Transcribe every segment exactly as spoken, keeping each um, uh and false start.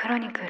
クロニクル。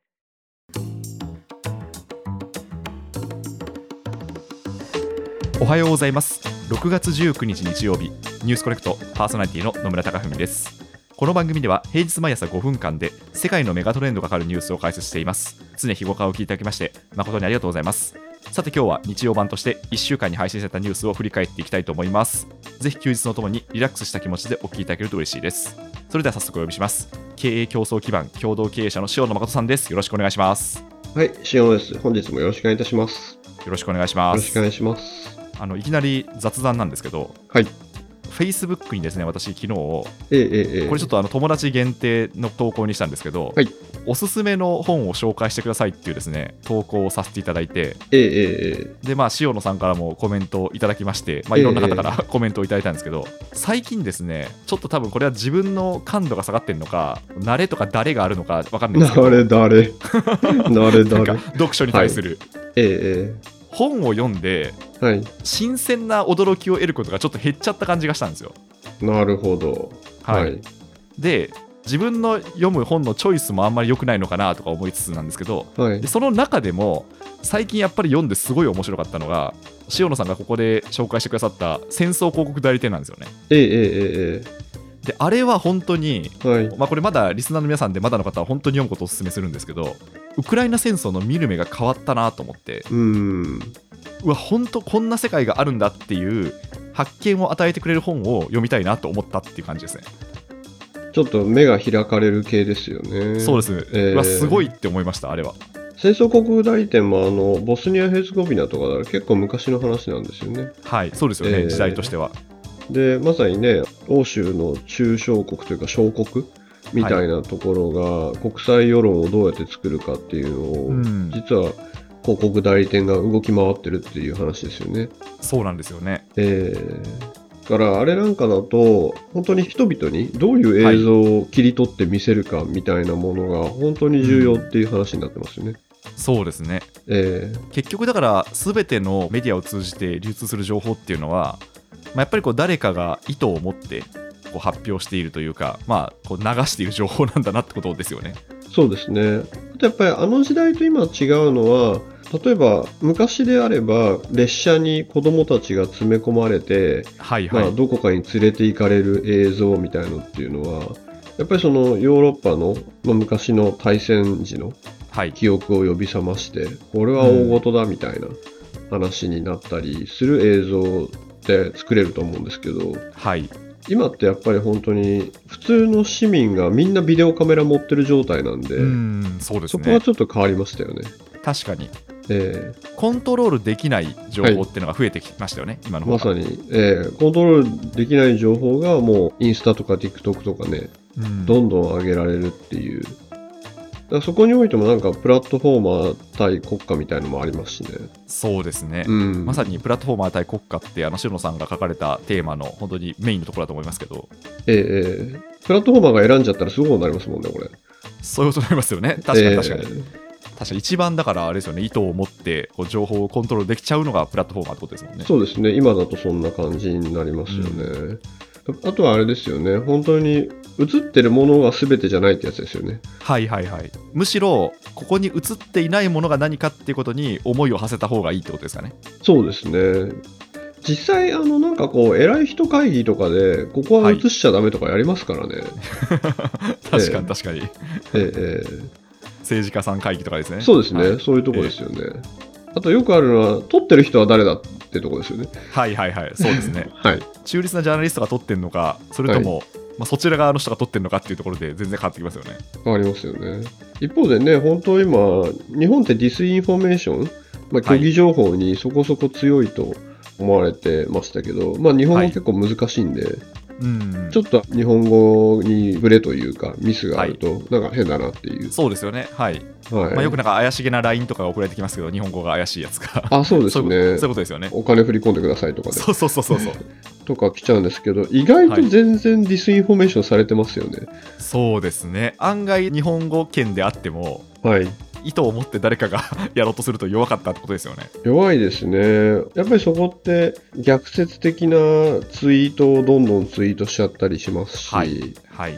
おはようございます。ろくがつじゅうくにち日曜日、ニュースコネクトパーソナリティの野村貴文です。この番組では平日毎朝ごふんかんで世界のメガトレンドがかかるニュースを解説しています。常日ごかお聞きいただきまして誠にありがとうございます。さて今日は日曜版としていっしゅうかんに配信されたニュースを振り返っていきたいと思います。ぜひ休日のともにリラックスした気持ちでお聞きいただけると嬉しいです。それでは早速お呼びします。経営競争基盤共同経営者の塩野誠さんです。よろしくお願いします。 はい、塩野です。本日もよろしくお願いいたします。 よろしくお願いします。 よろしくお願いします。 あのいきなり雑談なんですけど、 はい、 Facebook にですね、私昨日、 ええええ、 これちょっとあの友達限定の投稿にしたんですけど、 はい、 おすすめの本を紹介してくださいっていうですね投稿をさせていただいて、 ええええ、 でまあ塩野さんからもコメントをいただきまして、まあ、いろんな方から、ええ、コメントをいただいたんですけど、最近ですねちょっと多分これは自分の感度が下がってるのか慣れとか誰があるのか分かんないんですけど、 誰誰誰誰なんか読書に対する、 はい、ええ、 本を読んで、はい、新鮮な驚きを得ることがちょっと減っちゃった感じがしたんですよ。 なるほど、 はい、はい、で自分の読む本のチョイスもあんまり良くないのかなとか思いつつなんですけど、はい、でその中でも最近やっぱり読んですごい面白かったのが塩野さんがここで紹介してくださった戦争広告代理店なんですよね。 えええええであれは本当に、 はい、 まあ、これまだリスナーの皆さんでまだの方は本当に読むことをお勧めするんですけど、ウクライナ戦争の見る目が変わったなと思って、 うーんうわ本当こんな世界があるんだっていう発見を与えてくれる本を読みたいなと思ったっていう感じですね。 ちょっと目が開かれる系ですよね。 そうです、えー、うわすごいって思いました。あれは戦争広告代理店もあのボスニア・ヘルツゴビナとかだから結構昔の話なんですよね。 はいそうですよね、えー、時代としては。でまさにね欧州の中小国というか小国みたいなところが国際世論をどうやって作るかっていうのを、うん、実は広告代理店が動き回ってるっていう話ですよね。 そうなんですよね。 えー、だからあれなんかだと本当に人々にどういう映像を切り取って見せるかみたいなものが本当に重要っていう話になってますよね。 うん、そうですね、 えー、 結局だから全てのメディアを通じて流通する情報っていうのは、まあ、やっぱりこう誰かが意図を持ってこう発表しているというか、まあ、こう流している情報なんだなってことですよね。 そうですね。やっぱりあの時代と今違うのは、例えば昔であれば列車に子どもたちが詰め込まれて、はいはい、まあ、どこかに連れて行かれる映像みたいのっていうのはやっぱりそのヨーロッパの、まあ、昔の大戦時の記憶を呼び覚まして、はい、これは大事だみたいな話になったりする映像って作れると思うんですけど、 はい、 今ってやっぱり本当に普通の市民がみんなビデオカメラ持ってる状態なんで、 うん、そうですね、 そこはちょっと変わりましたよね。 確かに、 えー、 コントロールできない情報っていうのが増えてきましたよね、はい、今の方がまさに、えー、コントロールできない情報がもうインスタとか TikTok とかね、うん、どんどん上げられるっていう。だからそこにおいてもなんかプラットフォーマー対国家みたいのもありますしね。 そうですね、 うん、 まさにプラットフォーマー対国家ってあの塩野さんが書かれたテーマの本当にメインのところだと思いますけど、 えーえー、プラットフォーマーが選んじゃったらすごいことになりますもんね、これ。 そういうことになりますよね。確かに確かに、えー、確かに一番だからあれですよね、意図を持ってこう情報をコントロールできちゃうのがプラットフォーマーってことですもんね。 そうですね、今だとそんな感じになりますよね。うん、あとはあれですよね、本当に映ってるものが全てじゃないってやつですよね。 はいはいはい。むしろここに映っていないものが何かっていうことに思いを馳せた方がいいってことですかね。 そうですね。実際あのなんかこう偉い人会議とかでここは映しちゃダメとかやりますからね。 はい、確かに確かに。ええええ、 政治家さん会議とかですね。 そうですね、はい、そういうとこですよね。ええ、あとよくあるのは撮ってる人は誰だってとこですよね。 はいはいはい、そうですね。 はい、 中立なジャーナリストが撮ってるのか、それとも、はい、まあ、そちら側の人が撮ってるのかっていうところで全然変わってきますよね。 変わりますよね。一方でね、本当今日本ってディスインフォメーション、まあ、虚偽情報にそこそこ強いと思われてましたけど、まあ、日本語結構難しいんで、はい、うん、ちょっと日本語にブレというかミスがあるとなんか変だなっていう、はい、 そうですよね。はい、はい、まあ、よくなんか怪しげな ライン とかが送られてきますけど、日本語が怪しいやつがあ、そうですねそういうことですよね。 お金振り込んでくださいとかで、 そうそうそうそうそうとか来ちゃうんですけど、意外と全然ディスインフォメーションされてますよね。はい、 そうですね。案外日本語圏であっても、 はい、 意図を持って誰かがやろうとすると弱かったってことですよね。 弱いですね。やっぱりそこって逆説的なツイートをどんどんツイートしちゃったりしますし、 はいはい、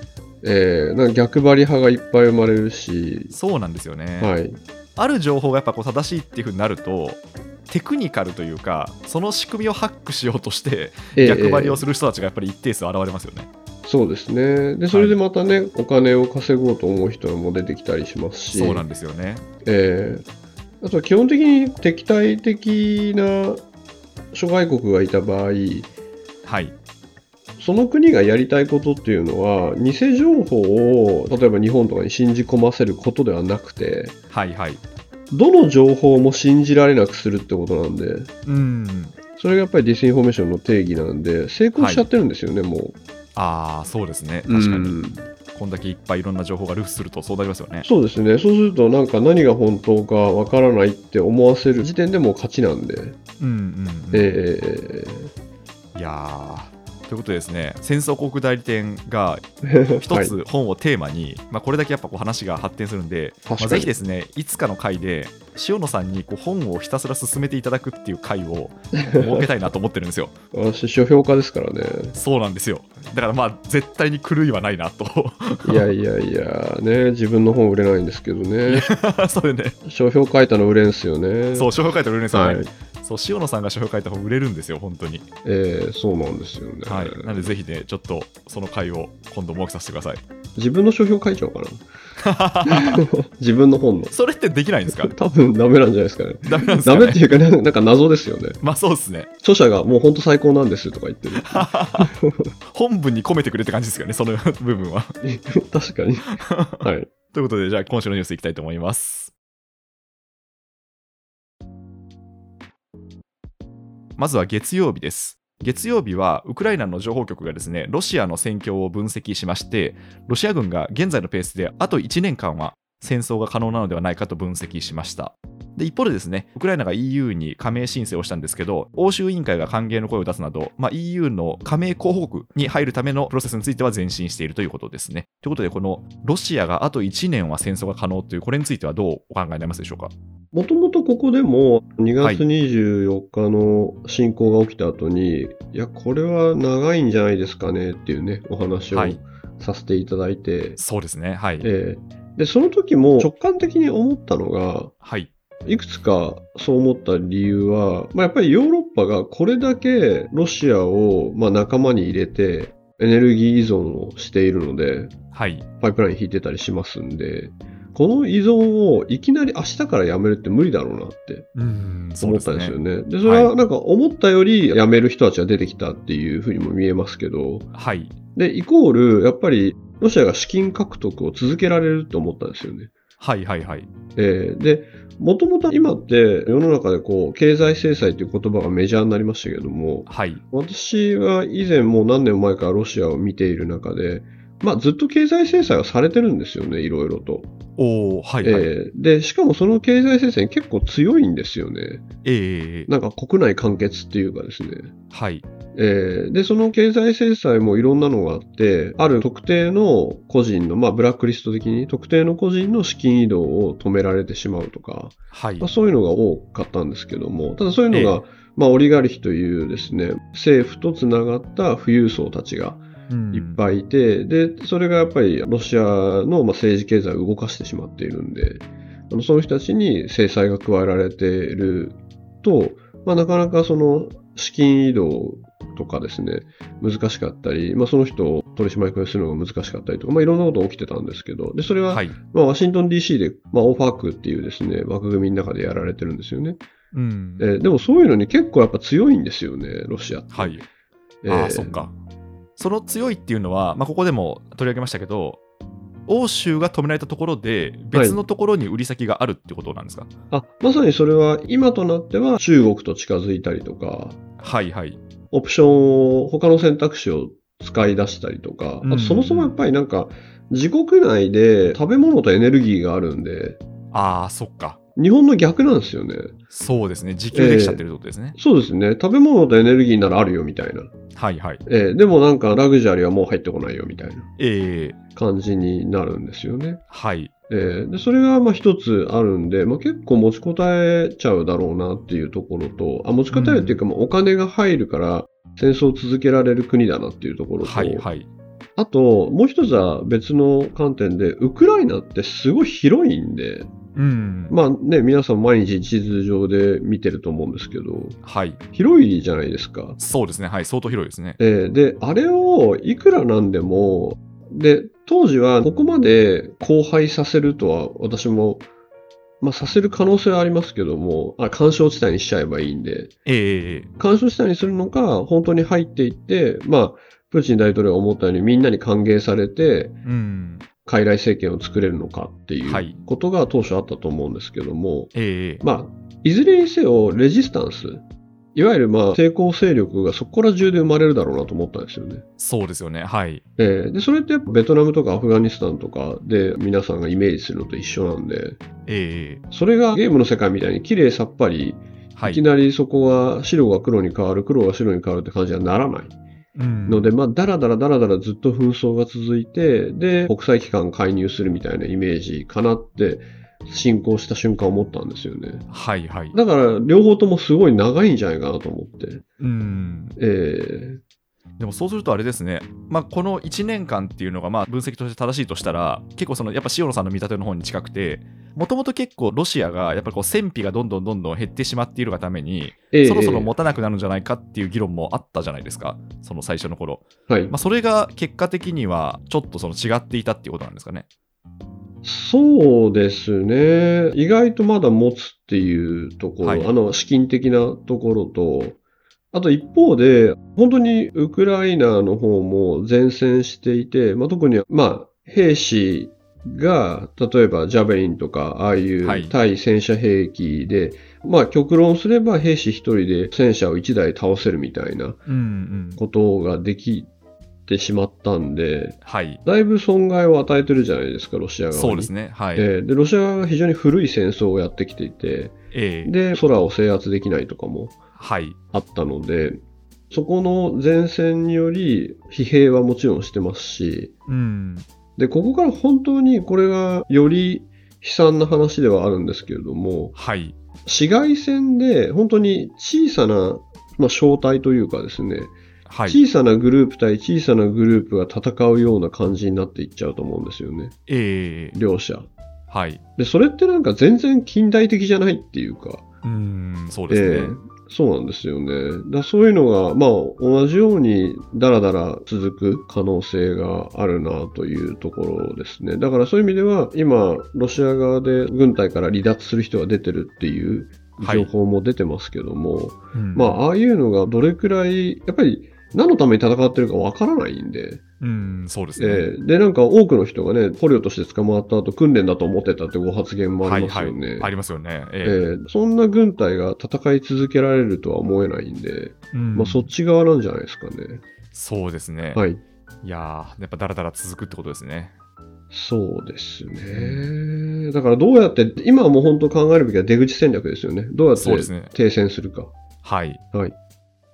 えー、なんか逆張り派がいっぱい生まれるし。 そうなんですよね、 はい、 ある情報がやっぱこう正しいっていう風になるとテクニカルというかその仕組みをハックしようとして逆張りをする人たちがやっぱり一定数現れますよね、 えー、そうですね。でそれでまたね、はい、お金を稼ごうと思う人も出てきたりしますし。 そうなんですよね、 えー、あとは基本的に敵対的な諸外国がいた場合、 はい、 その国がやりたいことっていうのは偽情報を例えば日本とかに信じ込ませることではなくて、 はいはい、 どの情報も信じられなくするってことなんで、 うん、 それがやっぱりディスインフォメーションの定義なんで成功しちゃってるんですよね、はい、もう。 ああ、そうですね、確かに、うん、こんだけいっぱいいろんな情報が流布するとそうなりますよね。 そうですね。そうするとなんか何が本当かわからないって思わせる時点でもう勝ちなんで、うんうんうん、えー、いやーということでですね、戦争広告代理店が一つ本をテーマに、はい、まあ、これだけやっぱこう話が発展するんで、まあ、ぜひですね、いつかの回で塩野さんにこう本をひたすら進めていただくっていう回を設けたいなと思ってるんですよ。 私書評家ですからね。 そうなんですよ。だからまあ絶対に狂いはないなといやいやいやね、自分の本売れないんですけどね。 そうね、 書評書いたの売れんすよね。 そう、書評書いたの売れんですよね、はい、そう、塩野さんが書評書いた本売れるんですよ本当に。 えー、そうなんですよね、 はい、なのでぜひねちょっとその回を今度設けさせてください。 自分の書評書いちゃおうかな自分の本の。 それってできないんですか？ 多分ダメなんじゃないですかね。 ダメなんですかね。 ダメっていうか、ね、なんか謎ですよね。 まあそうですね。 著者がもう本当最高なんですとか言ってる本文に込めてくれって感じですよね、その部分は確かに、はい、 ということでじゃあ今週のニュースいきたいと思います。まずは月曜日です。月曜日はウクライナの情報局がですね、ロシアの戦況を分析しまして、ロシア軍が現在のペースであといちねんかんは戦争が可能なのではないかと分析しました。で一方でですね、ウクライナが イーユー に加盟申請をしたんですけど、欧州委員会が歓迎の声を出すなど、まあ、イーユー の加盟候補国に入るためのプロセスについては前進しているということですね。ということで、このロシアがあといちねんは戦争が可能という、これについてはどうお考えになりますでしょうか？ もともとここでもにがつにじゅうよっかの侵攻が起きた後に、はい、いやこれは長いんじゃないですかねっていうねお話をさせていただいて、はい、 そうですね、はい、 えー、でその時も直感的に思ったのが、 はい、 いくつかそう思った理由は、まあ、やっぱりヨーロッパがこれだけロシアをまあ仲間に入れてエネルギー依存をしているので、 はい、 パイプライン引いてたりしますんで、この依存をいきなり明日からやめるって無理だろうなって思ったんですよね。で、それはなんか思ったよりやめる人たちが出てきたっていうふうにも見えますけど、 はい、 でイコールやっぱりロシアが資金獲得を続けられると思ったんですよね。 はいはいはい。 えー、でもともと今って世の中でこう経済制裁という言葉がメジャーになりましたけども、はい、私は以前もう何年も前からロシアを見ている中で、まあ、ずっと経済制裁はされてるんですよね、いろいろと。 おー、はいはい、 えー、でしかもその経済制裁結構強いんですよね。 えー、 なんか国内完結っていうかですね。 はい、 えー、でその経済制裁もいろんなのがあって、ある特定の個人の、まあ、ブラックリスト的に特定の個人の資金移動を止められてしまうとか、はい、まあ、そういうのが多かったんですけども、ただそういうのが、えーまあ、オリガルヒというですね、政府とつながった富裕層たちがいっぱいいて、うん、でそれがやっぱりロシアの政治経済を動かしてしまっているんで、あのその人たちに制裁が加えられていると、まあ、なかなかその資金移動とかですね、難しかったり、まあ、その人を取締役にするのが難しかったりとか、まあ、いろんなことが起きてたんですけど、でそれは、はい、まあ、ワシントン ディーシー で、まあ、オファークっていうですね、枠組みの中でやられてるんですよね。うん、えー、でもそういうのに結構やっぱ強いんですよね、ロシアって。 はい、 えー、 ああ、そっか。その強いっていうのは、まあ、ここでも取り上げましたけど、欧州が止められたところで別のところに売り先があるってことなんですか？ はい、あ、まさにそれは今となっては中国と近づいたりとか、 はいはい、 オプションを他の選択肢を使い出したりとか、あとそもそもやっぱりなんか自国内で食べ物とエネルギーがあるんで、 ああ、そっか。 日本の逆なんですよね。 そうですね。自給できちゃってるってことですね、 えー。そうですね。食べ物とエネルギーならあるよみたいな。 はいはい。 えー、でもなんかラグジュアリーはもう入ってこないよみたいなえ感じになるんですよね。 はい。 えー、でそれがまあ一つあるんで、まあ、結構持ちこたえちゃうだろうなっていうところと、あ持ちこたえるっていうか、まあお金が入るから戦争を続けられる国だなっていうところと、 はいはい、 あともう一つは別の観点で、ウクライナってすごい広いんで、うん、まあね、皆さん毎日地図上で見てると思うんですけど、 はい、 広いじゃないですか。 そうですね、はい、相当広いですね。 えー、で、あれをいくらなんでも、で、当時はここまで荒廃させるとは私も、まあ、させる可能性はありますけども、あ、干渉地帯にしちゃえばいいんで、 えー、 干渉地帯にするのか、本当に入っていって、まあ、プーチン大統領が思ったようにみんなに歓迎されて、うん、傀儡政権を作れるのかっていうことが当初あったと思うんですけども、 はい、 まあ、いずれにせよレジスタンス、いわゆるまあ抵抗勢力がそこら中で生まれるだろうなと思ったんですよね。 そうですよね。はい。 えー、でそれってやっぱベトナムとかアフガニスタンとかで皆さんがイメージするのと一緒なんで、えー、それがゲームの世界みたいに綺麗さっぱり、はい、いきなりそこは白が黒に変わる、黒が白に変わるって感じにはならない。うん、ので、まあ、だらだらだらだらずっと紛争が続いて、で、国際機関介入するみたいなイメージかなって、進行した瞬間思ったんですよね。 はいはい。 だから、両方ともすごい長いんじゃないかなと思って。うん。えー、でもそうするとあれですね、まあ、このいちねんかんっていうのがまあ分析として正しいとしたら、結構そのやっぱ塩野さんの見立ての方に近くて、もともと結構ロシアがやっぱりこう戦費がどんどんどんどん減ってしまっているがために、えー、そろそろ持たなくなるんじゃないかっていう議論もあったじゃないですか、その最初の頃。はい。まあ、それが結果的にはちょっとその違っていたっていうことなんですかね。 そうですね。意外とまだ持つっていうところ、はい、あの資金的なところと、あと一方で、本当にウクライナの方も前線していて、まあ、特にまあ兵士が例えばジャベリンとかああいう対戦車兵器で、はい、まあ極論すれば兵士一人で戦車を一台倒せるみたいなことができてしまったんで、はい、だいぶ損害を与えてるじゃないですか、ロシア側に。 そうですね。はい。 えー、で、ロシア側が非常に古い戦争をやってきていて、えー、で、空を制圧できないとかもあったので、はい、そこの前線により疲弊はもちろんしてますし、うん、で、ここから本当にこれがより悲惨な話ではあるんですけれども、はい、市街戦で本当に小さな、まあ、小隊というかですね、はい、小さなグループ対小さなグループが戦うような感じになっていっちゃうと思うんですよね。えー、両者。はい。で、それってなんか全然近代的じゃないっていうか。 うーん、そうですね。えー、 そうなんですよね。だそういうのが、まあ、同じようにだらだら続く可能性があるなというところですね。だからそういう意味では、今、ロシア側で軍隊から離脱する人が出てるっていう情報も出てますけども、はい、うん、まあ、ああいうのがどれくらい、やっぱり、何のために戦ってるかわからないんで。 うん、そうですね。 えー、で、なんか多くの人がね、捕虜として捕まった後、訓練だと思ってたってご発言もありますよね。はいはい、 ありますよね。 えーえー。そんな軍隊が戦い続けられるとは思えないんで、うん、まあそっち側なんじゃないですかね。 そうですね。はい。いやー、やっぱだらだら続くってことですね。 そうですね。だからどうやって、今はもう本当考えるべきは出口戦略ですよね。どうやって停戦するか。 はい。はい。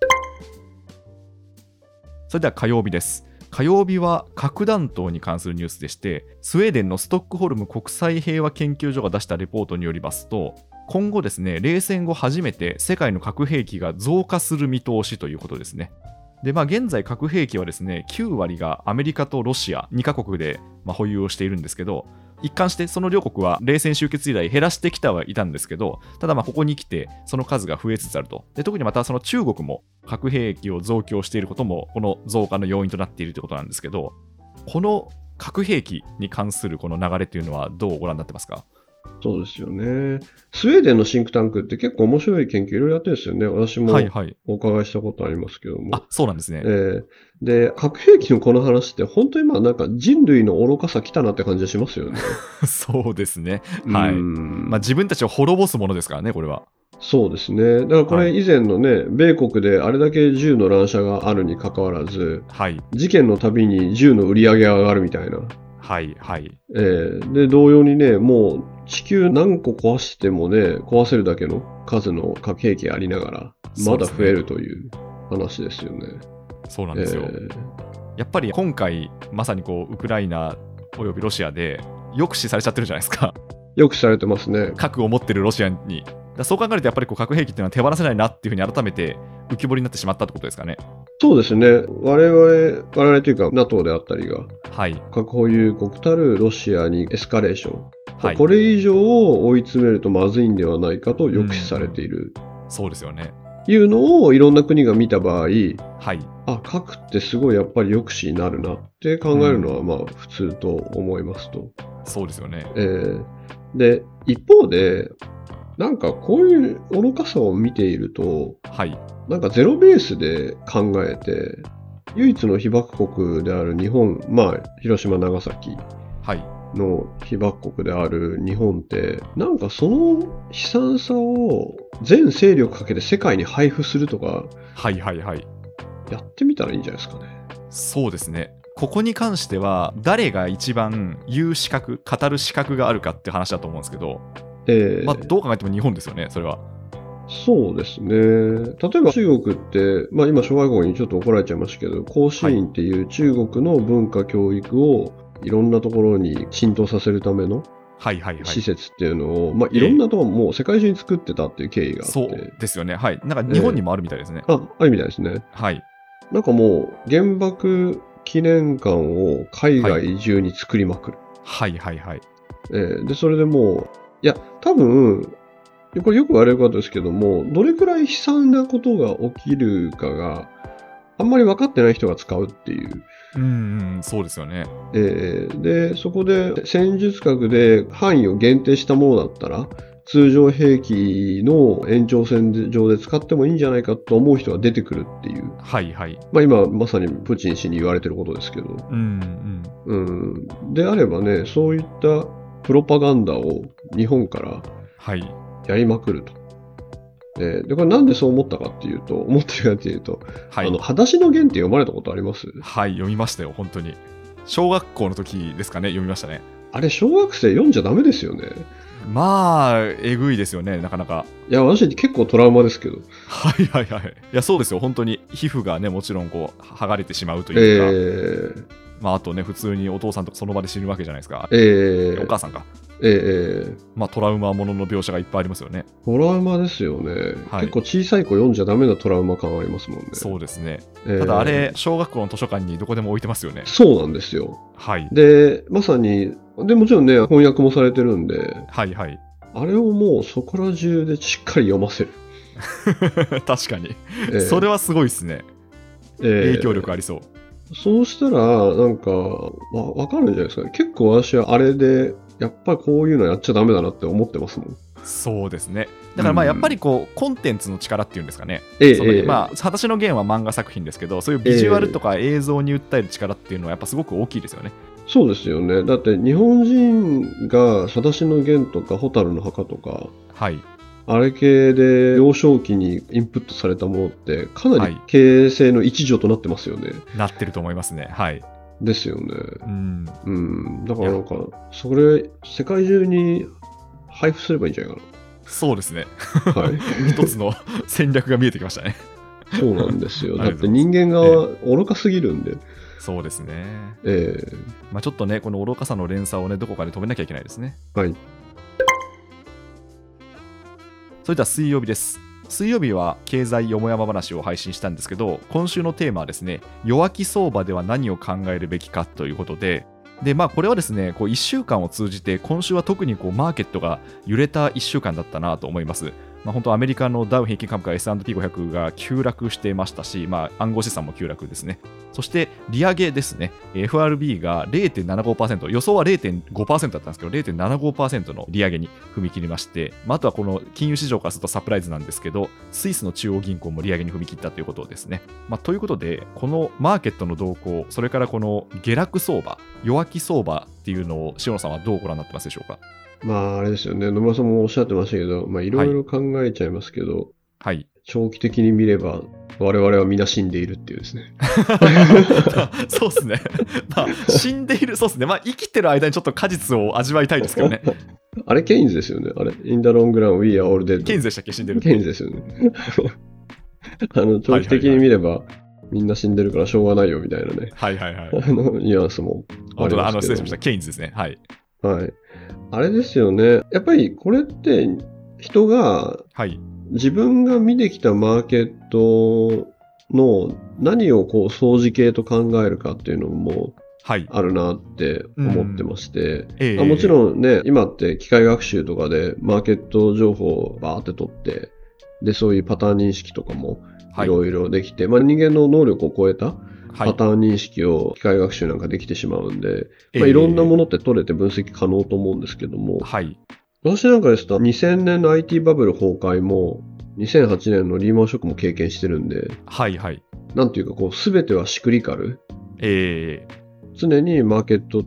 それでは火曜日です。火曜日は核弾頭に関するニュースでして、スウェーデンのストックホルム国際平和研究所が出したレポートによりますと、今後ですね、冷戦後初めて世界の核兵器が増加する見通しということですね。で、まあ、現在核兵器はですね、きゅうわりがアメリカとロシアにカ国でまあ保有をしているんですけど、一貫してその両国は冷戦終結以来減らしてきたはいたんですけど、ただまあここに来てその数が増えつつあると。で、特にまたその中国も核兵器を増強していることもこの増加の要因となっているということなんですけど、この核兵器に関するこの流れというのはどうご覧になってますか？ そうですよね。スウェーデンのシンクタンクって結構面白い研究いろいろやってるんですよね。私もお伺いしたことありますけども。はいはい、 あ、そうなんですね。 えー、で、核兵器のこの話って本当にまあなんか人類の愚かさ来たなって感じがしますよね。 そうですね。はい。まあ自分たちを滅ぼすものですからね、これは。 そうですね。だからこれ以前のね、はい、米国であれだけ銃の乱射があるに関わらず、はい、事件のたびに銃の売り上げが上がるみたいな。 はいはい。 えー、で同様にね、もう地球何個壊してもね、壊せるだけの数の核兵器ありながら、まだ増えるという話ですよね。 そうなんですよ。えー、やっぱり今回まさにこうウクライナおよびロシアで抑止されちゃってるじゃないですか。 抑止されてますね。 核を持ってるロシアにだそう考えるとやっぱりこう核兵器っていうのは手放せないなっていうふうに改めて浮き彫りになってしまったってことですかね。 そうですね。我々、我々というか ナトー であったりが、 はい、 核保有国たるロシアにエスカレーション、 はい、 これ以上を追い詰めるとまずいんではないかと抑止されている、 うん、そうですよね。 いうのをいろんな国が見た場合、はい、あ、核ってすごいやっぱり抑止になるなって考えるのはまあ普通と思いますと。 うん、そうですよね。 えー、で、一方で、なんかこういう愚かさを見ていると、 はい、 なんかゼロベースで考えて、唯一の被爆国である日本、まあ広島、長崎の被爆国である日本って、なんかその悲惨さを全勢力かけて世界に配布するとか、 はいはいはい、 やってみたらいいんじゃないですかね。 そうですね。ここに関しては誰が一番言う資格、語る資格があるかって話だと思うんですけど、 えーまあ、どう考えても日本ですよね、それは。 そうですね。例えば中国って、まあ、今、諸外国にちょっと怒られちゃいましたけど、光子院っていう中国の文化教育をいろんなところに浸透させるための施設っていうのを、まあ、いろんなところもう世界中に作ってたっていう経緯があって。 そうですよね。はい。なんか日本にもあるみたいですね。 えー、あ、あるみたいですね。 はい。 なんかもう原爆記念館を海外中に作りまくる。 はいはいはいはい。 えー、で、それでもう、いや、多分、これよく言われることですけども、どれくらい悲惨なことが起きるかがあんまり分かってない人が使うっていう。 うん、うん、そうですよね。 えー、で、そこで戦術核で範囲を限定したものだったら、通常兵器の延長線上で使ってもいいんじゃないかと思う人が出てくるっていう。 はいはい。 まあ今まさにプーチン氏に言われてることですけど。 うんうん。 うん。であればね、そういったプロパガンダを日本からやりまくると。はい、で、これなんでそう思ったかっていうと、思ってるかっていうと、はい、あの、裸足の弦って読まれたことあります？ はい、読みましたよ、本当に。小学校の時ですかね、読みましたね。 あれ、小学生読んじゃダメですよね。 まあ、えぐいですよね、なかなか。 いや、私結構トラウマですけど。 はいはいはい。いや、そうですよ、本当に。皮膚がね、もちろんこう、剥がれてしまうというか。えー、まあ、あとね、普通にお父さんとかその場で死ぬわけじゃないですか。 えー、 お母さんか。 ええー、 まあトラウマものの描写がいっぱいありますよね。 トラウマですよね、はい、結構小さい子読んじゃダメなトラウマ感ありますもんね。 そうですね、えー、ただあれ小学校の図書館にどこでも置いてますよね。 そうなんですよ。 はい。 でまさにでもちろんね翻訳もされてるんで、 はいはい、 あれをもうそこら中でしっかり読ませる。 確かに、えー、それはすごいですね、えー、影響力ありそう。 そうしたらなんかわ分かるんじゃないですか。結構私はあれでやっぱりこういうのやっちゃダメだなって思ってますもん。 そうですね。だからまあやっぱりこう、うん、コンテンツの力っていうんですかね。 ええそのええ、まあ裸足の弦は漫画作品ですけど、そういうビジュアルとか映像に訴える力っていうのはやっぱすごく大きいですよね。 そうですよね。だって日本人が裸足の弦とか蛍の墓とか、 はい、 あれ系で幼少期にインプットされたものってかなり形成の一助となってますよね。 はい、なってると思いますね。はい。 ですよね。 うん、 うん。だからなんかそれ世界中に配布すればいいんじゃないかな。 そうですね。 はい。 一つの戦略が見えてきましたね。 そうなんですよ。だって人間が愚かすぎるんで。 そうですね。 ええー。 まあちょっとねこの愚かさの連鎖をねどこかで止めなきゃいけないですね。 はい。 それでは水曜日です。水曜日は経済よもやま話を配信したんですけど、今週のテーマはですね、弱気相場では何を考えるべきかということで、でまあ、これはですね、こういっしゅうかんを通じて、今週は特にこうマーケットが揺れたいっしゅうかんだったなと思います。まあ、本当、アメリカのダウ平均株価 エスアンドピーごひゃく が急落してましたし、まあ、暗号資産も急落ですね。そして、利上げですね。エフアールビー が ゼロてんななごパーセント、予想は ゼロてんごパーセント だったんですけど、ゼロてんななごパーセント の利上げに踏み切りまして、まあ、あとはこの金融市場からするとサプライズなんですけど、スイスの中央銀行も利上げに踏み切ったということですね。まあ、ということで、このマーケットの動向、それからこの下落相場、弱気相場っていうのを塩野さんはどうご覧になってますでしょうか。 まああれですよね、野村さんもおっしゃってましたけど、まあいろいろ考えちゃいますけど、 はい、 長期的に見れば我々は皆死んでいるっていうですね。 そうですね。まあ死んでいる、そうですね。まあ生きてる間にちょっと果実を味わいたいですけどね。 あれケインズですよね。あれ In the long run we are all dead。 ケインズでしたっけ、死んでる。 ケインズですよね。あの長期的に見れば、はいはいはい、みんな死んでるからしょうがないよみたいなね。 はいはいはい。 あのニュアンスもありますけど。 本当だ、あの失礼しました。ケインズですね。はい。 はい。あれですよね。やっぱりこれって人が自分が見てきたマーケットの何をこう相似形と考えるかっていうのもあるなって思ってまして、はいうんえー、もちろんね今って機械学習とかでマーケット情報をバーって取ってでそういうパターン認識とかもいろいろできて、はいまあ、人間の能力を超えたパターン認識を機械学習なんかできてしまうんで、はいまあ、いろんなものって取れて分析可能と思うんですけども、はい、私なんかですとにせんねんの アイティー バブル崩壊もにせんはちねんのリーマンショックも経験してるんで、はいはい、なんていうかこう全てはシクリカル、えー、常にマーケットって、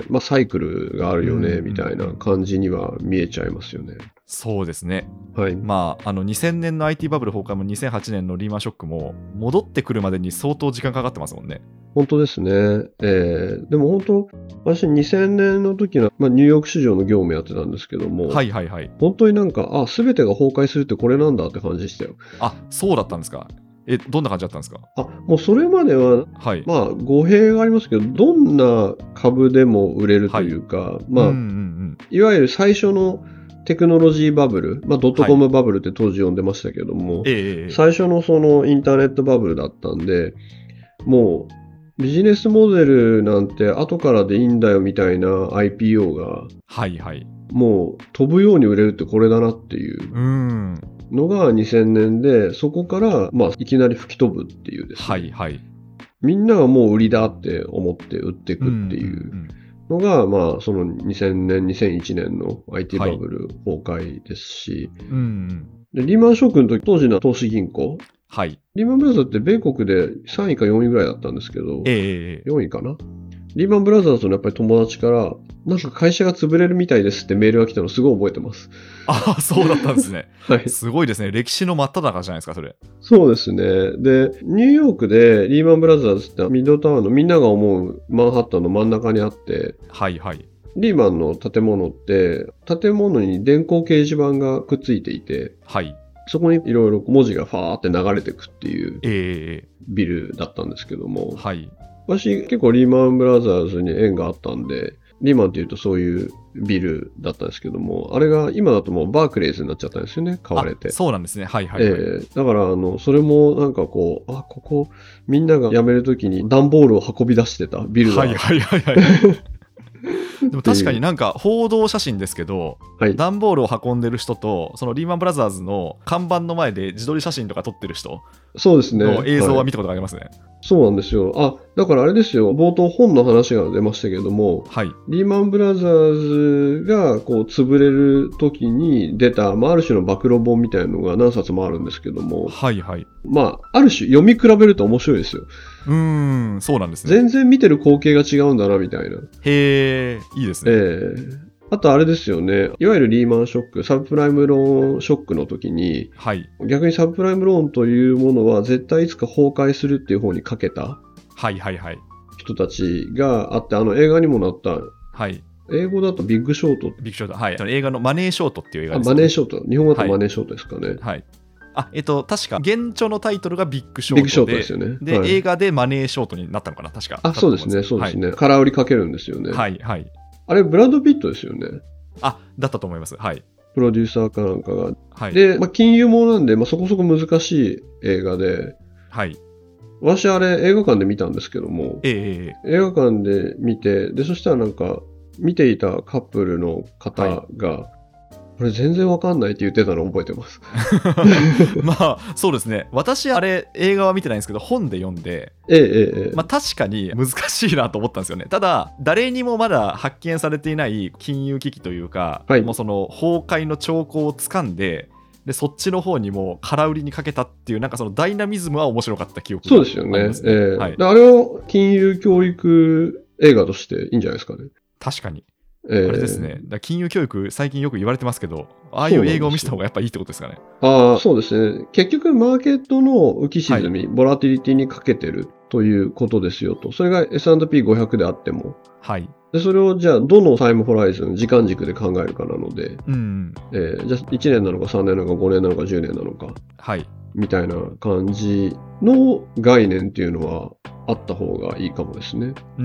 まあ、サイクルがあるよねみたいな感じには見えちゃいますよね。 そうですね、はいまあ、あのにせんねんの アイティー バブル崩壊もにせんはちねんのリーマンショックも戻ってくるまでに相当時間かかってますもんね。 本当ですね、えー、でも本当私にせんねんの時の、まあ、ニューヨーク市場の業務やってたんですけども、はいはいはい、本当になんかあ全てが崩壊するってこれなんだって感じでしたよ。 あそうだったんですか。えどんな感じだったんですか。 あもうそれまでは、はい、まあ語弊がありますけどどんな株でも売れるというか、はいまあうんうんうん、いわゆる最初のテクノロジーバブル、まあ、ドットコムバブルって当時呼んでましたけども、はい、最初のそのインターネットバブルだったんでもうビジネスモデルなんて後からでいいんだよみたいな アイピーオー が、はいはい、もう飛ぶように売れるってこれだなっていうのがにせんねんでそこからまあいきなり吹き飛ぶっていうですね、はいはい、みんながもう売りだって思って売っていくっていうのが、まあ、そのにせんねんにせんいちねんの アイティー バブル崩壊ですし、はいうん、でリーマンショックの時当時の投資銀行はい、リーマンブラザーズって米国でさんいかよんいぐらいだったんですけど、えー、よんいかな。リーマンブラザーズのやっぱり友達からなんか会社が潰れるみたいですってメールが来たのすごい覚えてます。 ああそうだったんですね、はい、すごいですね。歴史の真っ只中じゃないですかそれ。 そうですね。でニューヨークでリーマンブラザーズってミッドタウンのみんなが思うマンハッタンの真ん中にあってはいはいリーマンの建物って建物に電光掲示板がくっついていてはいそこにいろいろ文字がファーって流れてくっていうビルだったんですけども、えーはい、私結構リーマンブラザーズに縁があったんでリーマンっていうとそういうビルだったんですけどもあれが今だともうバークレイズになっちゃったんですよね買われて。 そうなんですねはいはい、はいえー、だからあのそれもなんかこうあここみんなが辞めるときに段ボールを運び出してたビルだはいはいはいはいでも確かになんか報道写真ですけど、はい、段ボールを運んでる人とそのリーマンブラザーズの看板の前で自撮り写真とか撮ってる人の映像は見たことがありますね、はい、 そうなんですよ。あだからあれですよ冒頭本の話が出ましたけども、はい、リーマンブラザーズがこう潰れる時に出た、まあ、ある種の暴露本みたいなのが何冊もあるんですけども、はいはいまあ、ある種読み比べると面白いですよ。 うーんそうなんですね。 全然見てる光景が違うんだなみたいな。 へーいいですね、えー、あとあれですよねいわゆるリーマンショックサブプライムローンショックの時に、はい、逆にサブプライムローンというものは絶対いつか崩壊するっていう方にかけたはいはいはい人たちがあってあの映画にもなった、はい、英語だとビッグショートビッグショートはい映画のマネーショートっていう映画です、ね、 あマネーショート日本語だとマネーショートですかね、はいはいあえっと、確か原著のタイトルがビッグショートで、ビッグショートですよね。で、はい、映画でマネーショートになったのかな確か。 あ、そうですね、そうですね。空売りかけるんですよね。 はいはい。 あれブラッド・ピットですよね。 あ、だったと思います。はい。 プロデューサーかなんかが。はい、で、まあ、金融もなんで、まあ、そこそこ難しい映画で。はい。私あれ映画館で見たんですけども、えー、映画館で見て、でそしたらなんか見ていたカップルの方が、はいこれ全然わかんないって言ってたの覚えてますまあそうですね私あれ映画は見てないんですけど本で読んで、 ええええまあ、確かに難しいなと思ったんですよね。ただ誰にもまだ発見されていない金融危機というか、はい、もうその崩壊の兆候をつかんででそっちの方にも空売りにかけたっていうなんかそのダイナミズムは面白かった記憶がありますね。 そうですよね、えーはい、あれは金融教育映画としていいんじゃないですかね。 確かにあれですね、だ金融教育最近よく言われてますけどああいう映画を見せた方がやっぱいいってことですかね。 ああそうですね結局マーケットの浮き沈み、はい、ボラティリティにかけてるということですよと。それが エスアンドピーごひゃく であっても、はい、でそれをじゃあどのタイムホライズン時間軸で考えるかなので、うんえー、じゃあいちねんなのかさんねんなのかごねんなのかじゅうねんなのか、はい、 みたいな感じの概念っていうのはあった方がいいかもですね。 うん、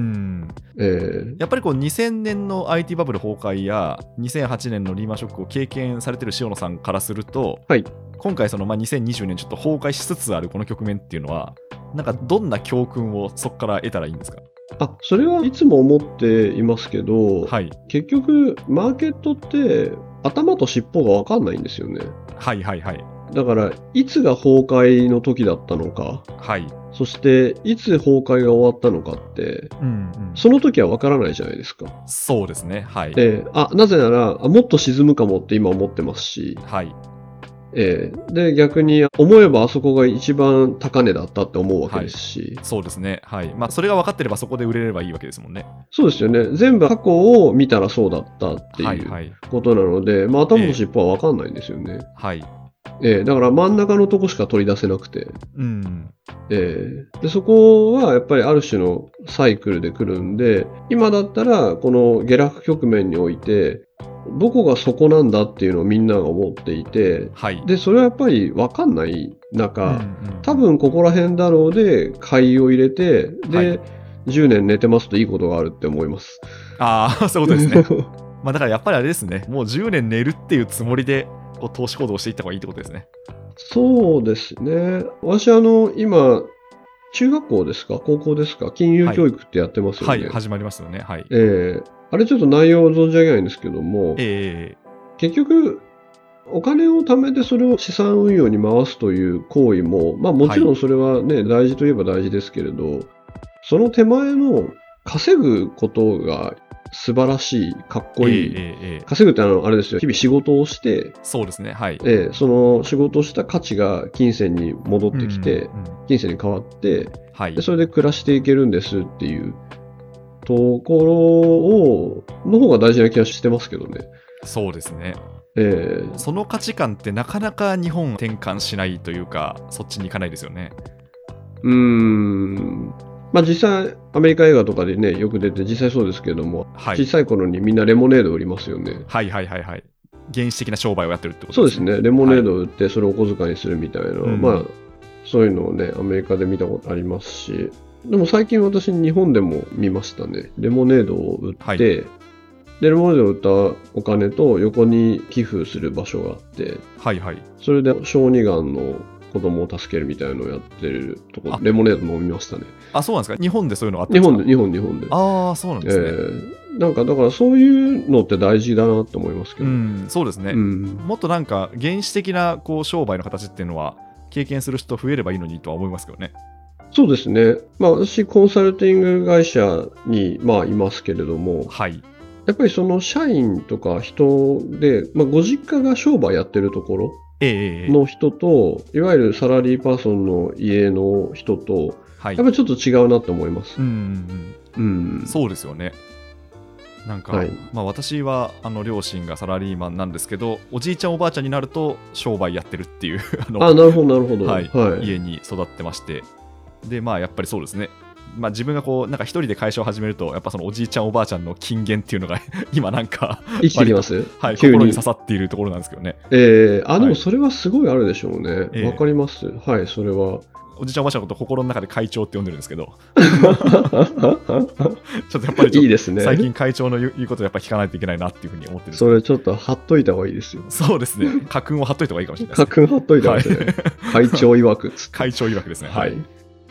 えー、 やっぱりこうにせんねんの アイティー バブル崩壊やにせんはちねんのリーマンショックを経験されてる塩野さんからすると、 はい、 今回そのまあにせんにじゅうねんちょっと崩壊しつつあるこの局面っていうのはなんかどんな教訓をそこから得たらいいんですか？ あ、それはいつも思っていますけど、 はい、 結局マーケットって頭と尻尾が分かんないんですよね。 はいはいはい。 だからいつが崩壊の時だったのか、 はい、 そしていつ崩壊が終わったのかって、うんうん、その時は分からないじゃないですか。 そうですね。はい。 えー、あ、なぜならあもっと沈むかもって今思ってますし、 はい。 えー、で逆に思えばあそこが一番高値だったって思うわけですし、 はい、そうですね。はい。まあそれが分かってればそこで売れればいいわけですもんね。 そうですよね。全部過去を見たらそうだったっていうことなので、はいはい、まあ頭と尻尾は分かんないんですよね。 えー、はい。 えー、だから真ん中のとこしか取り出せなくて、 うんえー、でそこはやっぱりある種のサイクルで来るんで、今だったらこの下落局面においてどこがそこなんだっていうのをみんなが思っていて、はい、でそれはやっぱり分かんない中、うんうん、多分ここら辺だろうで買いを入れて、で、はい、じゅうねん寝てますといいことがあるって思います。 ああ、そういうことですね。まあだからやっぱりあれですね、もうじゅうねん寝るっていうつもりでこう投資行動をしていった方がいいってことですね。 そうですね。私あの今中学校ですか高校ですか金融教育ってやってますよね。 はい、はい、始まりますよね。はい。 えー、あれちょっと内容を存じ上げないんですけども、 えー、結局お金を貯めてそれを資産運用に回すという行為も、まあもちろんそれはね、はい、大事といえば大事ですけれど、その手前の稼ぐことが素晴らしい、かっこいい。えーえー、稼ぐってあのあれですよ、日々仕事をして、 そうですね、はい。 えー、その仕事をした価値が金銭に戻ってきて、うんうん、金銭に変わって、はい、でそれで暮らしていけるんですっていうところをの方が大事な気がしてますけどね。 そうですね。 えー、 その価値観ってなかなか日本転換しないというか、そっちに行かないですよね。 うーん。まあ実際アメリカ映画とかでねよく出て実際そうですけども、はい、小さい頃にみんなレモネード売りますよね。 はいはいはいはい。原始的な商売をやってるってことですね。そうですね。レモネードを売ってそれをお小遣いにするみたいな、はい、まあそういうのをねアメリカで見たことありますし、でも最近私日本でも見ましたね。レモネードを売って、はい、でレモネードを売ったお金と横に寄付する場所があって、はいはい、それで小児がんの子供を助けるみたいなのをやってるところ、レモネード飲みましたね。 あ、そうなんですか。日本でそういうのがあったんですか。 日本で、日本、日本で。 ああ、そうなんですね。えー、なんかだからそういうのって大事だなって思いますけど。 うん、そうですね。うん、もっとなんか原始的なこう商売の形っていうのは経験する人増えればいいのにとは思いますけどね。 そうですね。まあ私コンサルティング会社にまあいますけれども、はい。やっぱりその社員とか人で、まあ、ご実家が商売やってるところの人と、いわゆるサラリーパーソンの家の人と、はい、やっぱりちょっと違うなと思います。 うんうんうんうん、そうですよね。なんか、はい、まあ、私はあの両親がサラリーマンなんですけど、おじいちゃんおばあちゃんになると商売やってるっていうあのあ、なるほどなるほど、 はいはい、家に育ってまして、でまあやっぱりそうですね。まあ、自分がこうなんか一人で会社を始めるとやっぱそのおじいちゃんおばあちゃんの金言っていうのが今なんか生きてきます、 はい、心に刺さっているところなんですけどね。 えー、あでもそれはすごいあるでしょうね。わ、はい、かります。はい、それはおじいちゃんおばあちゃんのことを心の中で会長って呼んでるんですけどちょっとやっぱりいいですね。 最近会長の言うことをやっぱ聞かないといけないなっていうふうに思ってるんです。 それちょっと貼っといた方がいいですよ。 そうですね。家訓を貼っといた方がいいかもしれないです、ね、 家訓貼っといた方がいいですね、はい、会長曰く会長曰くですね。はい、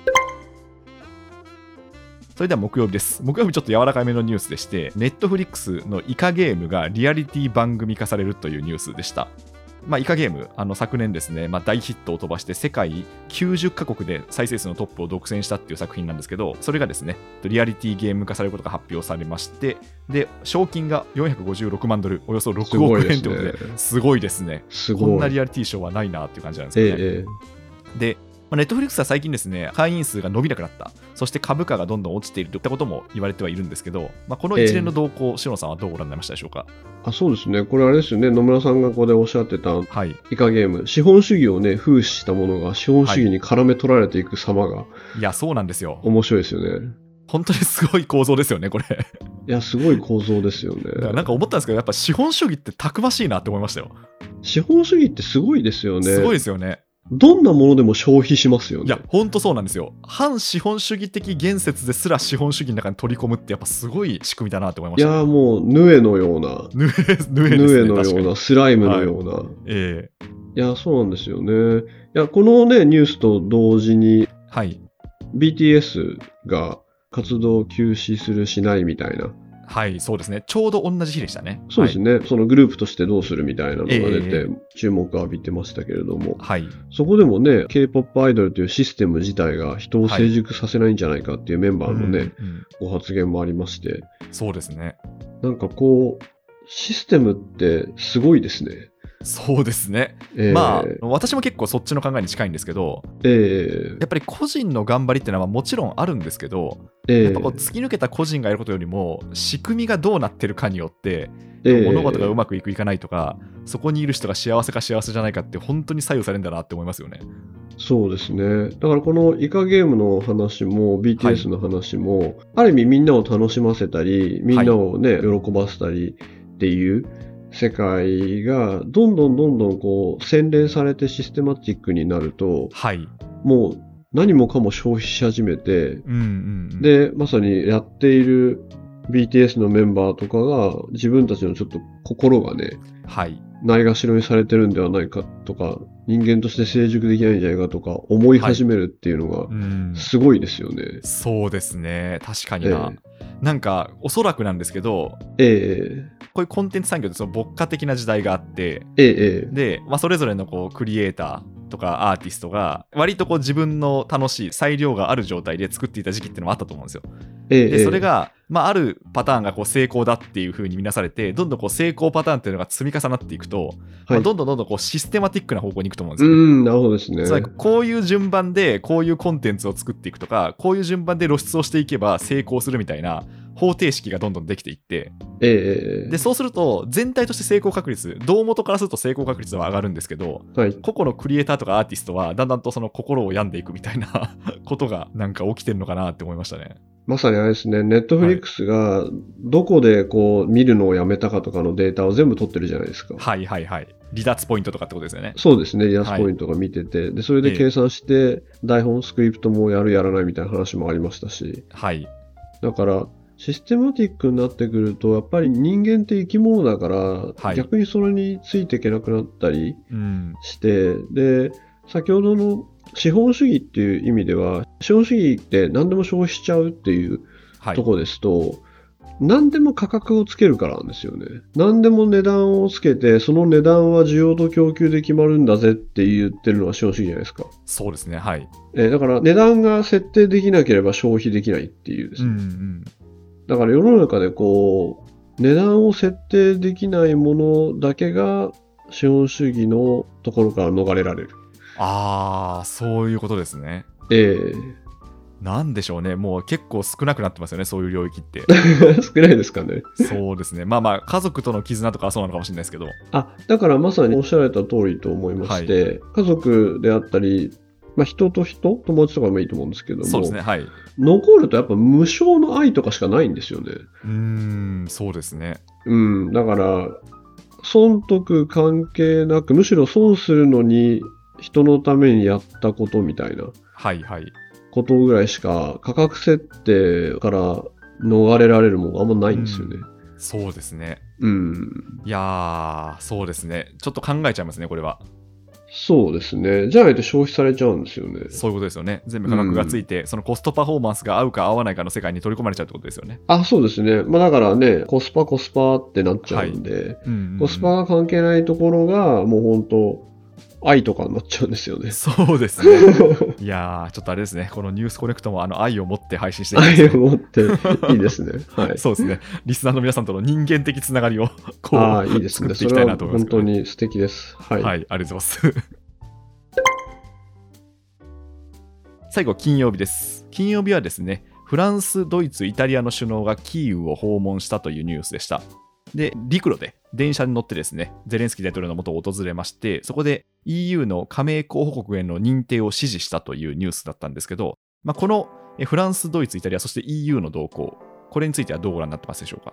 それでは木曜日です。木曜日ちょっと柔らかめのニュースでして、ネットフリックスのイカゲームがリアリティ番組化されるというニュースでした。まあ、イカゲーム、あの昨年ですね、まあ、大ヒットを飛ばして世界きゅうじゅっかこくで再生数のトップを独占したっていう作品なんですけど、それがですね、リアリティゲーム化されることが発表されまして、で、賞金がよんひゃくごじゅうろくまんドル、およそろくおくえんということで、すごいですね。すごい。こんなリアリティショーはないなっていう感じなんですよね。ええ、で、ネットフリックスは最近ですね、会員数が伸びなくなった、そして株価がどんどん落ちているといったことも言われてはいるんですけど、まあ、この一連の動向、えー、塩野さんはどうご覧になりましたでしょうか。 あ、そうですね、これあれですよね、野村さんがここでおっしゃってた、はい、イカゲーム、資本主義をね、風刺したものが資本主義に絡め取られていく様が、はい、 いや、そうなんですよ。 面白いですよね。 本当にすごい構造ですよね、これ。 いや、すごい構造ですよね。 なんか思ったんですけど、やっぱ資本主義ってたくましいなって思いましたよ。 資本主義ってすごいですよね。 すごいですよね。 どんなものでも消費しますよね。 いや本当そうなんですよ。反資本主義的言説ですら資本主義の中に取り込むってやっぱすごい仕組みだなって思いました、ね、 いやもうヌエのようなヌエ、ヌエですね、 ヌエのようなスライムのような、はい、 えー、いやそうなんですよね。いやこのねニュースと同時に、 はい、 ビーティーエス が活動休止するしないみたいな、 はいそうですね、ちょうど同じ日でしたね。 そうですね、はい、そのグループとしてどうするみたいなのが出て、えー、注目を浴びてましたけれども、 はい、 そこでもね K-ポップ アイドルというシステム自体が人を成熟させないんじゃないかっていうメンバーのね、はい、うんうん、ご発言もありまして、 そうですね、なんかこうシステムってすごいですね。 そうですね、えー、まあ私も結構そっちの考えに近いんですけど、えー、やっぱり個人の頑張りっていうのはもちろんあるんですけど、えー、やっぱこう突き抜けた個人がやることよりも仕組みがどうなってるかによって、えー、物事がうまくいくいかないとか、そこにいる人が幸せか幸せじゃないかって本当に左右されるんだなって思いますよね。 そうですね。だからこのイカゲームの話も ビーティーエス の話も、はい、ある意味みんなを楽しませたりみんなをね、はい、喜ばせたりっていう世界がどんどんどんどんこう洗練されてシステマティックになると、はい、もう何もかも消費し始めて、うんうんうん、でまさにやっている ビーティーエス のメンバーとかが自分たちのちょっと心がね、はい、ないがしろにされてるんではないかとか、人間として成熟できないんじゃないかとか思い始めるっていうのがすごいですよね。はい、うそうですね、確かにな、えー、なんかおそらくなんですけど、 えー、 こういうコンテンツ産業ってその牧歌的な時代があって、 えー、 で、まあ、それぞれのこうクリエイターとかアーティストが割とこう自分の楽しい裁量がある状態で作っていた時期っていうのもあったと思うんですよ。 ええ、 でそれが、まあ、あるパターンがこう成功だっていう風に見なされて、どんどんこう成功パターンっていうのが積み重なっていくと、はい、まあ、どんどんどんどんこうシステマティックな方向に行くと思うんですよ、ね。 うんなるほどですね。 つまりこういう順番でこういうコンテンツを作っていくとか、こういう順番で露出をしていけば成功するみたいな方程式がどんどんできていって、 ええ、 でそうすると全体として成功確率、胴元からすると成功確率は上がるんですけど、はい、個々のクリエイターとかアーティストはだんだんとその心を病んでいくみたいなことがなんか起きてるのかなって思いましたね。 まさにあれですね、ネットフリックスがどこでこう見るのをやめたかとかのデータを全部取ってるじゃないですか。 はいはいはい。離脱ポイントとかってことですよね。 そうですね、離脱ポイントが見てて、はい、でそれで計算して台本スクリプトもやるやらないみたいな話もありましたし、 はい、 だからシステマティックになってくるとやっぱり人間って生き物だから、はい、逆にそれについていけなくなったりして、うん、で先ほどの資本主義っていう意味では、資本主義って何でも消費しちゃうっていうところですと、はい、何でも価格をつけるからなんですよね。何でも値段をつけて、その値段は需要と供給で決まるんだぜって言ってるのが資本主義じゃないですか。 そうですね、はい。 えー、だから値段が設定できなければ消費できないっていうですね。うんうん、だから世の中でこう値段を設定できないものだけが資本主義のところから逃れられる。 ああ、そういうことですね。 ええー、 なんでしょうね、もう結構少なくなってますよね、そういう領域って少ないですかね。 そうですね、まあまあ家族との絆とかはそうなのかもしれないですけど、 あ、だからまさにおっしゃられた通りと思いまして、はい、家族であったり、まあ、人と人、友達とかもいいと思うんですけども、 そうですね、はい、 残るとやっぱ無償の愛とかしかないんですよね。 うーん、そうですね。 うん、だから損得関係なく、むしろ損するのに人のためにやったことみたいなことぐらいしか価格設定から逃れられるものがあんまないんですよね。 うん、そうですね。 うん。 いやー、そうですね。ちょっと考えちゃいますね、これは。 そうですね。じゃないと消費されちゃうんですよね。 そういうことですよね。全部価格がついて、うん、そのコストパフォーマンスが合うか合わないかの世界に取り込まれちゃうってことですよね。 あ、そうですね。まあだからね、コスパコスパってなっちゃうんで、はい、うんうんうん、コスパが関係ないところがもう本当愛とかになっちゃうんですよね。 そうですね。いやー、ちょっとあれですね、このニュースコネクトもあの愛を持って配信していきます、ね、 愛を持っていいですね。はい。 そうですね。リスナーの皆さんとの人間的つながりをこうあいいですね。作っていきたいなと思います、ね。それは本当に素敵です。はい。 はい、ありがとうございます。最後、金曜日です。金曜日はですね、フランス、ドイツ、イタリアの首脳がキーウを訪問したというニュースでした。で、陸路で電車に乗ってですね、ゼレンスキー大統領の元を訪れまして、そこで イーユー の加盟候補国への認定を支持したというニュースだったんですけど、まあ、このフランス、ドイツ、イタリア、そして イーユー の動向、これについてはどうご覧になってますでしょうか。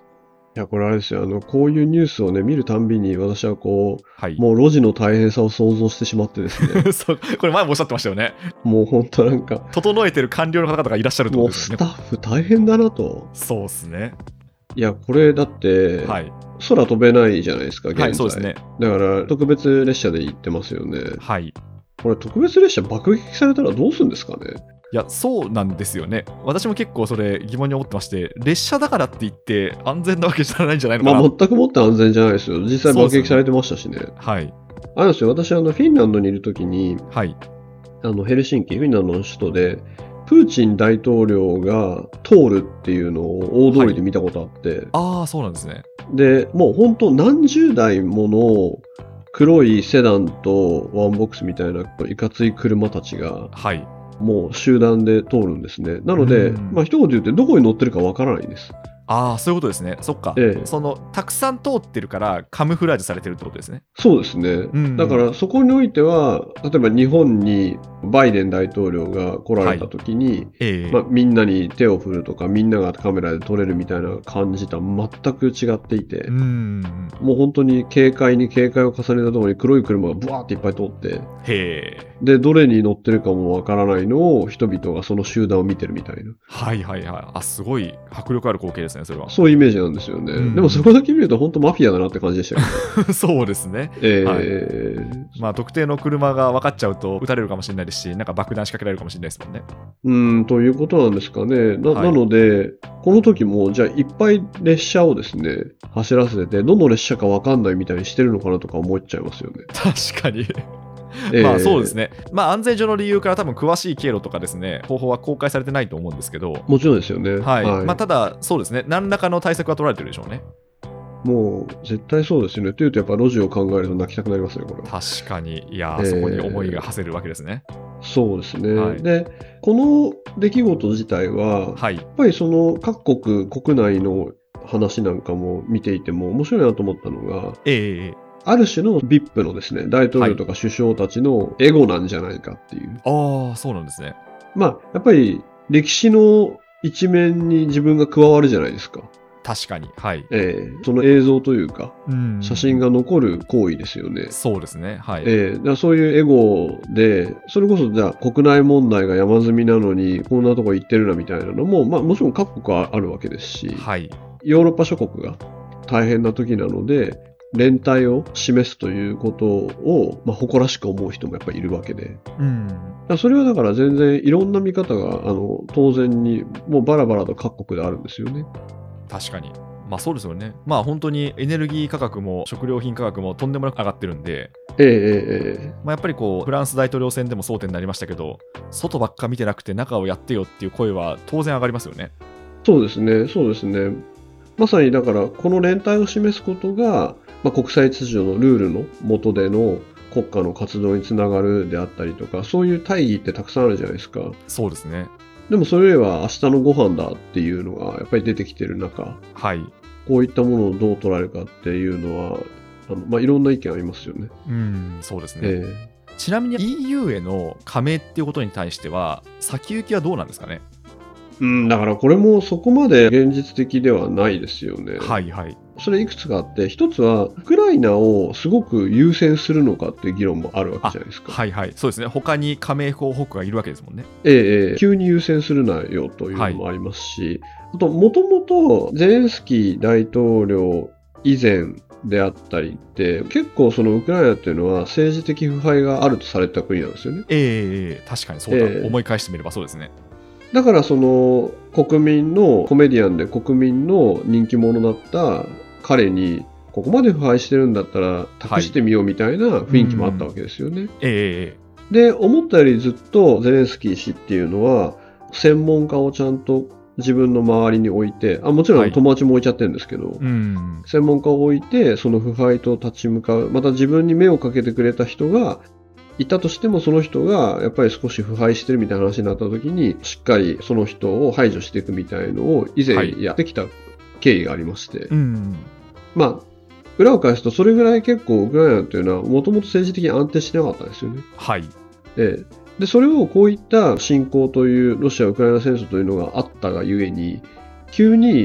いや、これあれですよ、あの、こういうニュースをね、見るたんびに私はこう、 はい、 もう路地の大変さを想像してしまってですね。 そう、これ前もおっしゃってましたよね。 もう本当なんか、 整えてる官僚の方々がいらっしゃるってことですよね。 もうスタッフ大変だなと。 そうですね。 いや、これだって、はい、空飛べないじゃないですか、現在。はい、そうですね。だから特別列車で行ってますよね。 はい。 これ特別列車爆撃されたらどうするんですかね。 いや、そうなんですよね。私も結構それ疑問に思ってまして、列車だからって言って安全なわけじゃないんじゃないのかな。 まあ、全くもって安全じゃないですよ。実際爆撃されてましたしね。ね、 はい。 あるんですよ。私、あの、フィンランドにいるときに、 はい。 あの、ヘルシンキ、フィンランドの首都で、プーチン大統領が通るっていうのを大通りで見たことあって。はい、 ああ、そうなんですね。 で、もう本当何十台もの黒いセダンとワンボックスみたいないかつい車たちが、はい。もう集団で通るんですね。なので、まあ一言で言ってどこに乗ってるかわからないんです。 ああ、そういうことですね。そっか、ええ、そのたくさん通ってるからカムフラージュされてるってことですね。 そうですね、うんうん、だからそこにおいては例えば日本にバイデン大統領が来られた時に、はいええまあ、みんなに手を振るとかみんながカメラで撮れるみたいな感じとは全く違っていて、うんもう本当に警戒に警戒を重ねたところに黒い車がブワーっていっぱい通ってへでどれに乗ってるかもわからないのを人々がその集団を見てるみたいな。 はいはいはい。あ、すごい迫力ある光景ですね、それは。 そういうイメージなんですよね、うん、でもそこだけ見ると本当マフィアだなって感じでしたけどそうですね、えーはい、まあ特定の車が分かっちゃうと撃たれるかもしれないですし、なんか爆弾仕掛けられるかもしれないですもんね。 うんということなんですかね。 な,、はい、なのでこの時もじゃあいっぱい列車をですね走らせてどの列車か分かんないみたいにしてるのかなとか思っちゃいますよね。 確かにまあそうですね、えー、まあ安全上の理由から多分詳しい経路とかですね方法は公開されてないと思うんですけど、 もちろんですよね、 はいはいまあ、ただそうですね何らかの対策は取られてるでしょうね。 もう絶対そうですよね。というとやっぱ路地を考えると泣きたくなりますねこれ。 確かにいや、えー、そこに思いが馳せるわけですね。 そうですね、はい、でこの出来事自体は、はい、やっぱりその各国国内の話なんかも見ていても面白いなと思ったのが、えーある種の ブイアイピー のですね、大統領とか首相たちのエゴなんじゃないかっていう。 はい、ああ、そうなんですね。 まあ、やっぱり歴史の一面に自分が加わるじゃないですか。 確かに。はい。 えー、その映像というか、うん写真が残る行為ですよね。 そうですね。はい。 えー、だそういうエゴで、それこそじゃあ国内問題が山積みなのに、こんなとこ行ってるなみたいなのも、まあもちろん各国はあるわけですし、はい。ヨーロッパ諸国が大変な時なので、連帯を示すということを、まあ、誇らしく思う人もやっぱりいるわけで、うん、それはだから全然いろんな見方があの当然にもうバラバラと各国であるんですよね。 確かにまあそうですよね。まあ本当にエネルギー価格も食料品価格もとんでもなく上がってるんで、ええええまあ、やっぱりこうフランス大統領選でも争点になりましたけど、外ばっか見てなくて中をやってよっていう声は当然上がりますよね。 そうですねそうですね。まさにだからこの連帯を示すことがまあ、国際秩序のルールの下での国家の活動につながるであったりとか、そういう大義ってたくさんあるじゃないですか。 そうですね。 でもそれよりは明日のご飯だっていうのがやっぱり出てきてる中、はい、こういったものをどう捉えるかっていうのはあの、まあ、いろんな意見ありますよね。 うんそうですね、えー、ちなみに イーユー への加盟っていうことに対しては先行きはどうなんですかね。 うん、だからこれもそこまで現実的ではないですよね。 はいはい。 それいくつかあって、一つはウクライナをすごく優先するのかっていう議論もあるわけじゃないですか。 はいはい、そうですね。他に加盟候補国がいるわけですもんね。 ええ、急に優先するなよというのもありますし、はい、あともともとゼレンスキー大統領以前であったりって結構そのウクライナっていうのは政治的腐敗があるとされた国なんですよね。 ええ、確かにそうだ、ええ、思い返してみればそうですね。 だからその国民のコメディアンで国民の人気者だった彼にここまで腐敗してるんだったら託してみようみたいな雰囲気もあったわけですよね。はい、えー、で思ったよりずっとゼレンスキー氏っていうのは専門家をちゃんと自分の周りに置いて、あもちろん友達も置いちゃってるんですけど、はい、うん専門家を置いてその腐敗と立ち向かう、また自分に目をかけてくれた人がいたとしてもその人がやっぱり少し腐敗してるみたいな話になった時にしっかりその人を排除していくみたいのを以前やってきた経緯がありまして、はいうん、まあ裏を返すとそれぐらい結構ウクライナというのはもともと政治的に安定してなかったんですよね。はい、で, でそれをこういった侵攻というロシア・ウクライナ戦争というのがあったがゆえに急に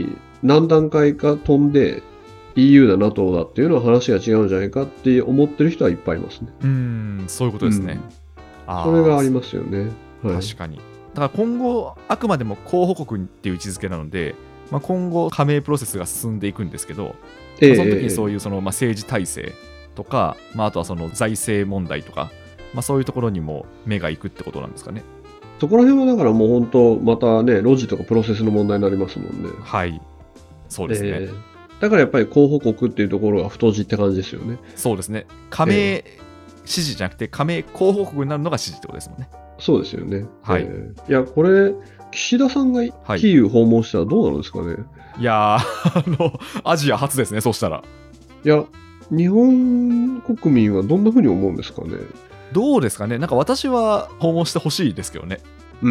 何段階か飛んで イーユー だ NATO だっていうのは話が違うんじゃないかって思ってる人はいっぱいいますね。 うーん、そういうことですね。 うん、それがありますよね。 はい、確かに。だから今後あくまでも候補国っていう位置づけなので、まあ、今後加盟プロセスが進んでいくんですけど、えーまあ、その時にそういうそのまあ政治体制とか、まあ、あとはその財政問題とか、まあ、そういうところにも目がいくってことなんですかね。 そこら辺はだからもう本当またね、ロジとかプロセスの問題になりますもんね。 はい、そうですね。えー、 だからやっぱり候補国っていうところが太字って感じですよね。 そうですね。加盟支持じゃなくて加盟候補国になるのが支持ってことですもんね。 そうですよね。 はい。 えー、いや、これ、岸田さんがキーウ訪問したらどうなるんですかね。はい、 いやー、あの、アジア初ですね、そうしたら。 いや、日本国民はどんなふうに思うんですかね。 どうですかね。なんか私は訪問してほしいですけどね。 うん。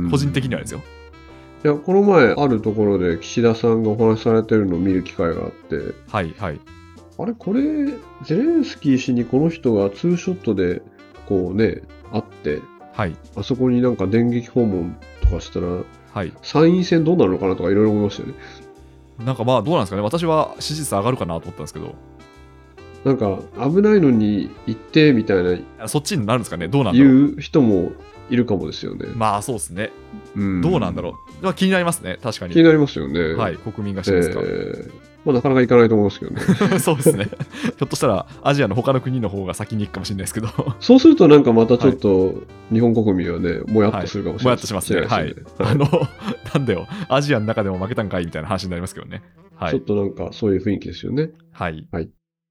個人的にはですよ。 いや、この前、あるところで岸田さんがお話しされてるのを見る機会があって、 はいはい。 あれ、これ、ゼレンスキー氏にこの人がツーショットで、こうね、会って、 はい、 あそこになんか電撃訪問とかしたら、 はい、 参院選どうなるのかなとかいろいろ思いましたよね。 なんかまあどうなんですかね。私は支持率上がるかなと思ったんですけど、 なんか危ないのに行ってみたいな、 そっちになるんですかね。どうなんだろう。 いう人もいるかもですよね。 まあそうですね。 うん、 どうなんだろう。まあ、気になりますね。確かに気になりますよね。 はい、国民がしますか、えーまあ、なかなか行かないと思いますけどね。 そうですね。ひょっとしたらアジアの他の国の方が先に行くかもしれないですけどそうするとなんかまたちょっと日本国民はね、もやっとするかもしれない、はい、もやっとしますね。はい。あの、なんだよ、アジアの中でも負けたんかいみたいな話になりますけどね。はい。 ちょっとなんかそういう雰囲気ですよね。 はい。 はい。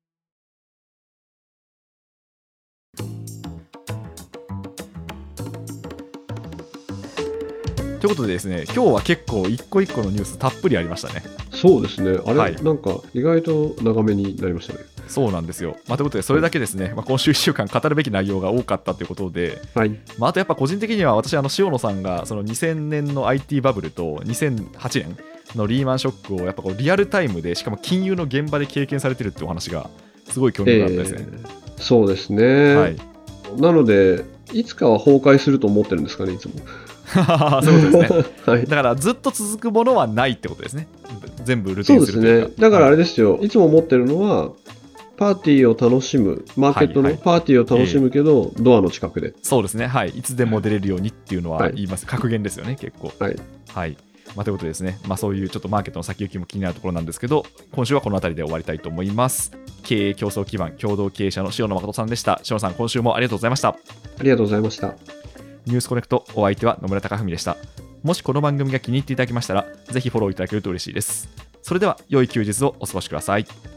ということでですね、今日は結構一個一個のニュースたっぷりありましたね。 そうですね。あれ、はい、なんか意外と長めになりましたね。 そうなんですよ。まあ、ということで、それだけですね、はい、まあ、今週いっしゅうかん語るべき内容が多かったということで、 はい、 まあ、あとやっぱ個人的には私、あの塩野さんがそのにせんねんの アイティー バブルとにせんはちねんのリーマンショックをやっぱこうリアルタイムで、しかも金融の現場で経験されてるってお話がすごい興味があったですね。 えー、そうですね。はい、なので、いつかは崩壊すると思ってるんですかね、いつも。 そうですね、 はい、 だからずっと続くものはないってことですね。全部ルティンするというか。 そうですね。だからあれですよ、はい、いつも思ってるのはパーティーを楽しむ、マーケットのパーティーを楽しむけど、はいはい、ドアの近くで、 そうですね、はい、いつでも出れるようにっていうのは言います、はい、格言ですよね、結構。 はい、 はいまあ、ということでですね、まあ、そういうちょっとマーケットの先行きも気になるところなんですけど、今週はこの辺りで終わりたいと思います。経営競争基盤共同経営者の塩野誠さんでした。塩野さん、今週もありがとうございました。 ありがとうございました。 ニュースコネクト、お相手は野村貴文でした。もしこの番組が気に入っていただけましたら、ぜひフォローいただけると嬉しいです。それでは良い休日をお過ごしください。